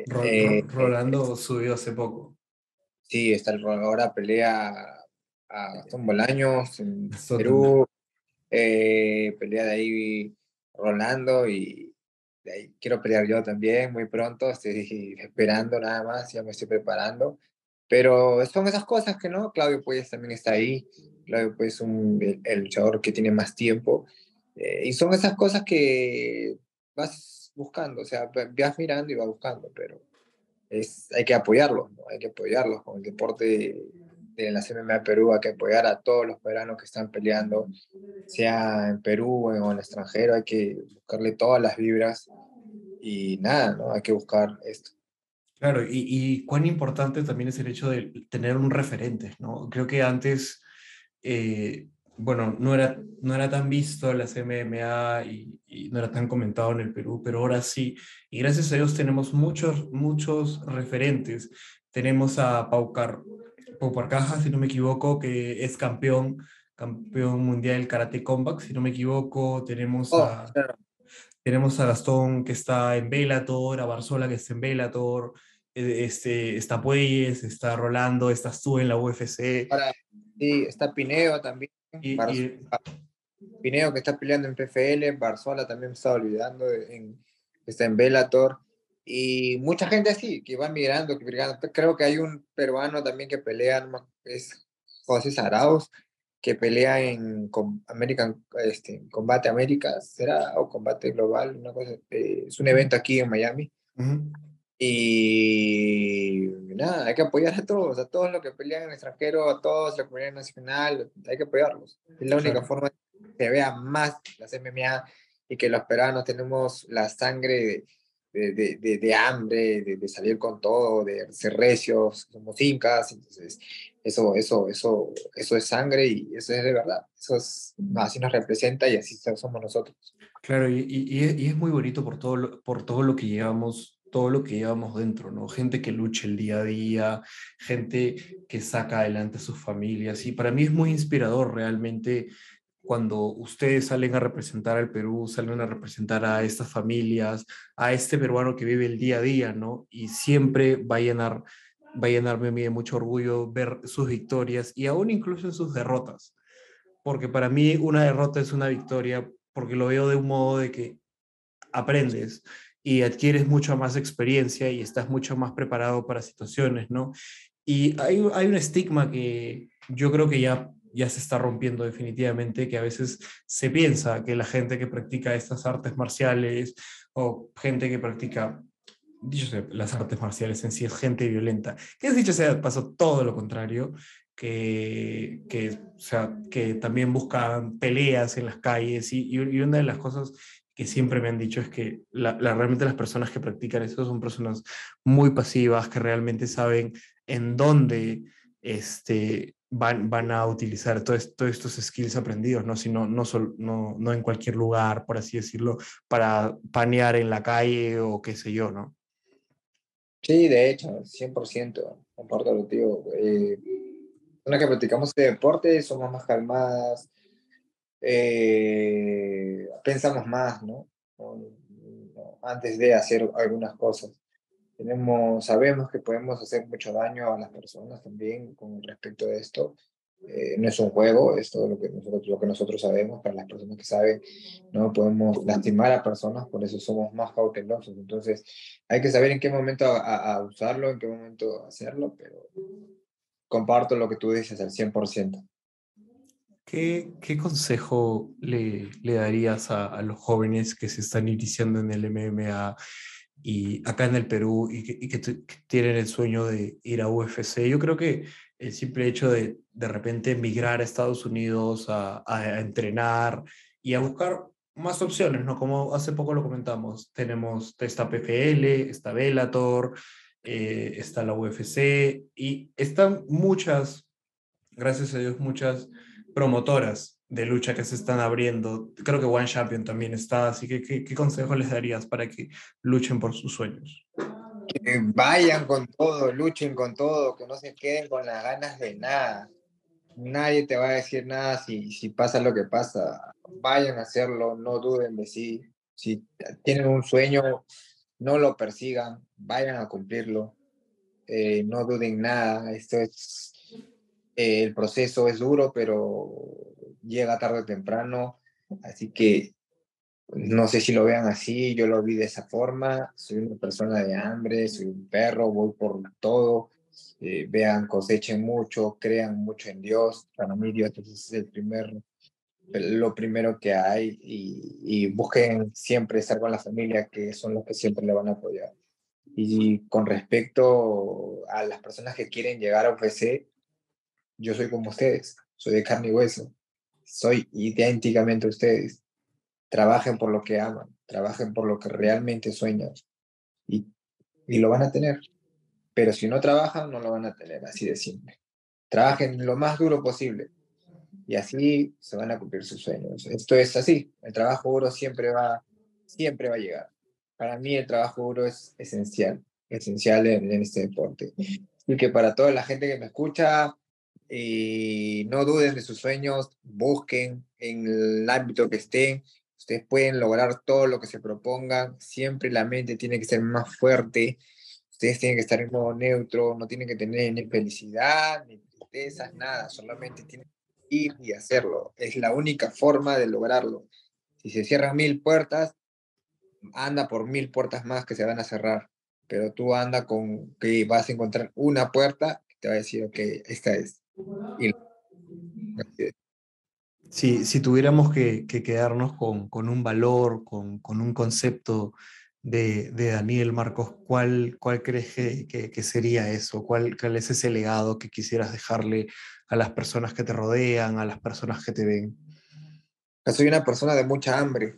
Rolando subió hace poco. Sí, ahora pelea a Gastón Bolaños en Sótano. Perú, pelea de ahí Rolando y de ahí quiero pelear yo también muy pronto, estoy esperando nada más, ya me estoy preparando. Pero son esas cosas que no, Claudio pues también está ahí, Claudio pues es el luchador que tiene más tiempo, y son esas cosas que vas buscando, o sea, vas mirando y vas buscando, pero hay que apoyarlos, ¿no? Hay que apoyarlos con el deporte de la MMA Perú, hay que apoyar a todos los peruanos que están peleando, sea en Perú o en el extranjero, hay que buscarle todas las vibras y nada, ¿no? Hay que buscar esto. Claro, y cuán importante también es el hecho de tener un referente, ¿no? Creo que antes, bueno, no era tan visto las MMA y no era tan comentado en el Perú, pero ahora sí. Y gracias a Dios tenemos muchos referentes. Tenemos a Pau Parcaja, si no me equivoco, que es campeón mundial del Karate Combat, si no me equivoco. Tenemos Oh, a, claro. tenemos a Gastón que está en Bellator, a Barzola que está en Bellator, está Puelles, está Rolando, estás tú en la UFC. Ahora sí, está Pineo también, Y, y, Pineo que está peleando en PFL, Barzola también me estaba olvidando, está en Bellator, y mucha gente así, que va migrando, que migrando. Creo que hay un peruano también que pelea, es José Saraos, que pelea en American, Combate América, ¿será? O Combate Global, una cosa, es un evento aquí en Miami. ujú, Y nada, hay que apoyar a todos los que pelean en el extranjero, a todos los que pelean en nacional, hay que apoyarlos. Es la única claro. forma de que se vea más las MMA y que los peruanos tenemos la sangre de hambre, de salir con todo, de ser recios, somos incas, entonces eso es sangre y eso es de verdad, así nos representa y así somos nosotros. Claro, y es muy bonito por todo lo que llevamos, todo lo que llevamos dentro, ¿no? Gente que lucha el día a día, gente que saca adelante a sus familias. Y para mí es muy inspirador realmente cuando ustedes salen a representar al Perú, salen a representar a estas familias, a este peruano que vive el día a día, ¿no? Y siempre va a llenarme a mí de mucho orgullo ver sus victorias y aún incluso en sus derrotas, porque para mí una derrota es una victoria, porque lo veo de un modo de que aprendes y adquieres mucha más experiencia y estás mucho más preparado para situaciones, ¿no? Y hay un estigma que yo creo que ya se está rompiendo definitivamente, que a veces se piensa que la gente que practica estas artes marciales o gente que practica, dicho sea, las artes marciales en sí es gente violenta, que es dicho sea, pasó todo lo contrario, o sea, que también buscan peleas en las calles y una de las cosas que siempre me han dicho es que realmente las personas que practican eso son personas muy pasivas, que realmente saben en dónde van a utilizar todos estos skills aprendidos, ¿no? Sino, no en cualquier lugar, por así decirlo, para panear en la calle o qué sé yo, ¿no? Sí, de hecho, 100% comparto contigo. Una que practicamos este deporte, somos más calmadas, pensamos más, ¿no? Antes de hacer algunas cosas. Sabemos que podemos hacer mucho daño a las personas también con respecto a esto. No es un juego, es todo lo que nosotros sabemos, para las personas que saben, no podemos lastimar a personas, por eso somos más cautelosos. Entonces, hay que saber en qué momento a usarlo, en qué momento hacerlo, pero comparto lo que tú dices al 100%. ¿Qué consejo le darías a los jóvenes que se están iniciando en el MMA y acá en el Perú que tienen el sueño de ir a UFC? Yo creo que el simple hecho de repente emigrar a Estados Unidos a entrenar y a buscar más opciones, ¿no? Como hace poco lo comentamos, está PFL, está Bellator, está la UFC y están gracias a Dios, muchas promotoras de lucha que se están abriendo. Creo que One Champion también está, así que ¿qué consejo les darías para que luchen por sus sueños? Que vayan con todo, luchen con todo, que no se queden con las ganas de nada. Nadie te va a decir nada si pasa lo que pasa. Vayan a hacerlo, no duden de sí. Si tienen un sueño, no lo persigan, vayan a cumplirlo, no duden nada, el proceso es duro, pero llega tarde o temprano, así que no sé si lo vean así, yo lo vi de esa forma, soy una persona de hambre, soy un perro, voy por todo, vean, cosechen mucho, crean mucho en Dios, para mí Dios es lo primero que hay y busquen siempre estar con la familia, que son los que siempre le van a apoyar. Y con respecto a las personas que quieren llegar a UFC, yo soy como ustedes, soy de carne y hueso, soy idénticamente ustedes. Trabajen por lo que aman, trabajen por lo que realmente sueñan y, y lo van a tener. Pero si no trabajan, no lo van a tener, así de simple. Trabajen lo más duro posible y así se van a cumplir sus sueños. Esto es así, el trabajo duro siempre va a llegar. Para mí el trabajo duro es esencial, esencial en este deporte. Y que para toda la gente que me escucha, no duden de sus sueños, busquen en el ámbito que estén, ustedes pueden lograr todo lo que se propongan, siempre la mente tiene que ser más fuerte, ustedes tienen que estar en modo neutro, no tienen que tener ni felicidad, ni tristezas, nada, solamente tienen que ir y hacerlo, es la única forma de lograrlo. Si se cierran 1000 puertas, anda por 1000 puertas más que se van a cerrar, pero tú anda con que vas a encontrar una puerta que te va a decir, ok, esta es. Y Si tuviéramos que quedarnos con un valor, con un concepto de Daniel Marcos, ¿cuál crees que sería eso? ¿Cuál es ese legado que quisieras dejarle a las personas que te rodean, a las personas que te ven? soy una persona de mucha hambre.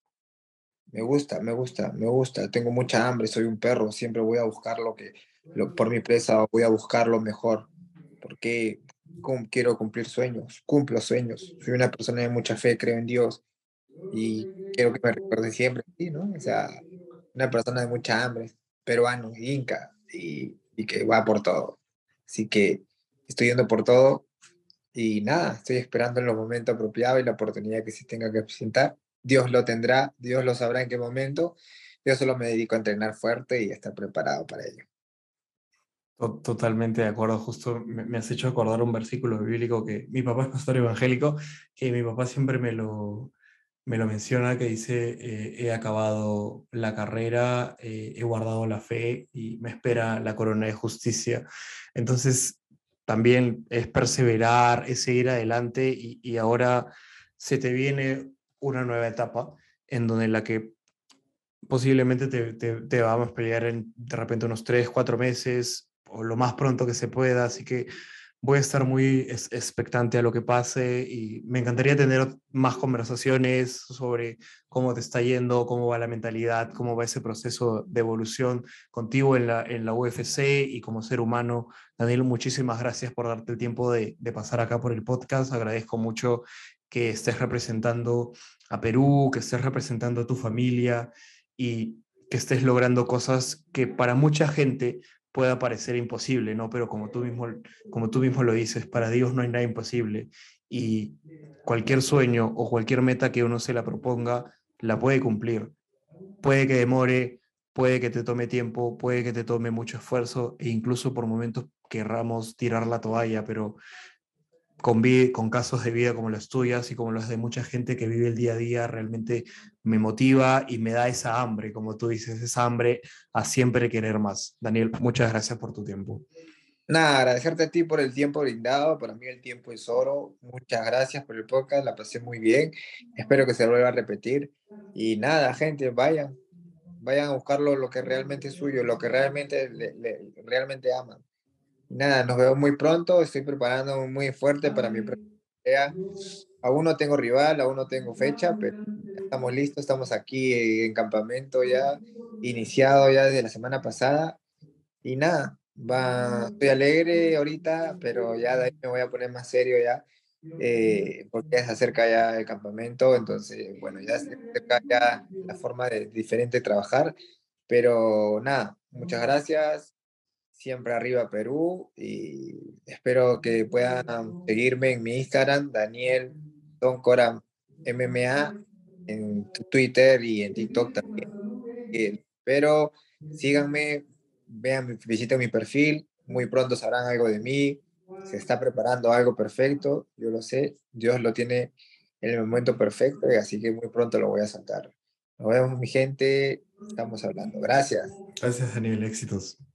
Me gusta. Tengo mucha hambre, soy un perro. Siempre voy a buscar por mi presa, voy a buscar lo mejor. Porque quiero cumplir sueños, cumplo sueños. Soy una persona de mucha fe, creo en Dios. Y quiero que me recuerde siempre, sí, ¿no? O sea, una persona de mucha hambre, peruano, inca, y que va por todo. Así que estoy yendo por todo y nada, estoy esperando en los momentos apropiados y la oportunidad que se tenga que presentar. Dios lo tendrá, Dios lo sabrá en qué momento. Yo solo me dedico a entrenar fuerte y a estar preparado para ello. Totalmente de acuerdo, justo me has hecho acordar un versículo bíblico que mi papá es pastor evangélico, que mi papá siempre me lo menciona, que dice, he acabado la carrera, he guardado la fe y me espera la corona de justicia. Entonces, también es perseverar, es seguir adelante y ahora se te viene una nueva etapa en donde la que posiblemente te vamos a pelear en de repente unos 3, 4 meses o lo más pronto que se pueda, así que voy a estar muy expectante a lo que pase y me encantaría tener más conversaciones sobre cómo te está yendo, cómo va la mentalidad, cómo va ese proceso de evolución contigo en la UFC y como ser humano. Daniel, muchísimas gracias por darte el tiempo de pasar acá por el podcast. Agradezco mucho que estés representando a Perú, que estés representando a tu familia y que estés logrando cosas que para mucha gente pueda parecer imposible, ¿no? Pero como tú mismo lo dices, para Dios no hay nada imposible y cualquier sueño o cualquier meta que uno se la proponga, la puede cumplir. Puede que demore, puede que te tome tiempo, puede que te tome mucho esfuerzo e incluso por momentos querramos tirar la toalla, pero con casos de vida como los tuyas y como los de mucha gente que vive el día a día, realmente me motiva y me da esa hambre, como tú dices, esa hambre a siempre querer más. Daniel, muchas gracias por tu tiempo. Nada, agradecerte a ti por el tiempo brindado. Para mí el tiempo es oro. Muchas gracias por el podcast, la pasé muy bien. Espero que se vuelva a repetir. Y nada, gente, vayan a buscarlo lo que realmente es suyo, lo que realmente, realmente aman. Nada, nos vemos muy pronto. Estoy preparando muy fuerte para mi próxima pelea. Aún no tengo rival, aún no tengo fecha, pero ya estamos listos. Estamos aquí en campamento ya, iniciado ya desde la semana pasada. Y nada, estoy alegre ahorita, pero ya de ahí me voy a poner más serio ya, porque ya se acerca ya el campamento. Entonces, bueno, ya se acerca ya la forma de diferente de trabajar. Pero nada, muchas gracias. Siempre arriba Perú y espero que puedan seguirme en mi Instagram, Daniel Don Cora MMA, en Twitter y en TikTok también. Pero síganme, visiten mi perfil, muy pronto sabrán algo de mí, se está preparando algo perfecto, yo lo sé, Dios lo tiene en el momento perfecto y así que muy pronto lo voy a soltar. Nos vemos, mi gente, estamos hablando. Gracias. Gracias, Daniel, éxitos.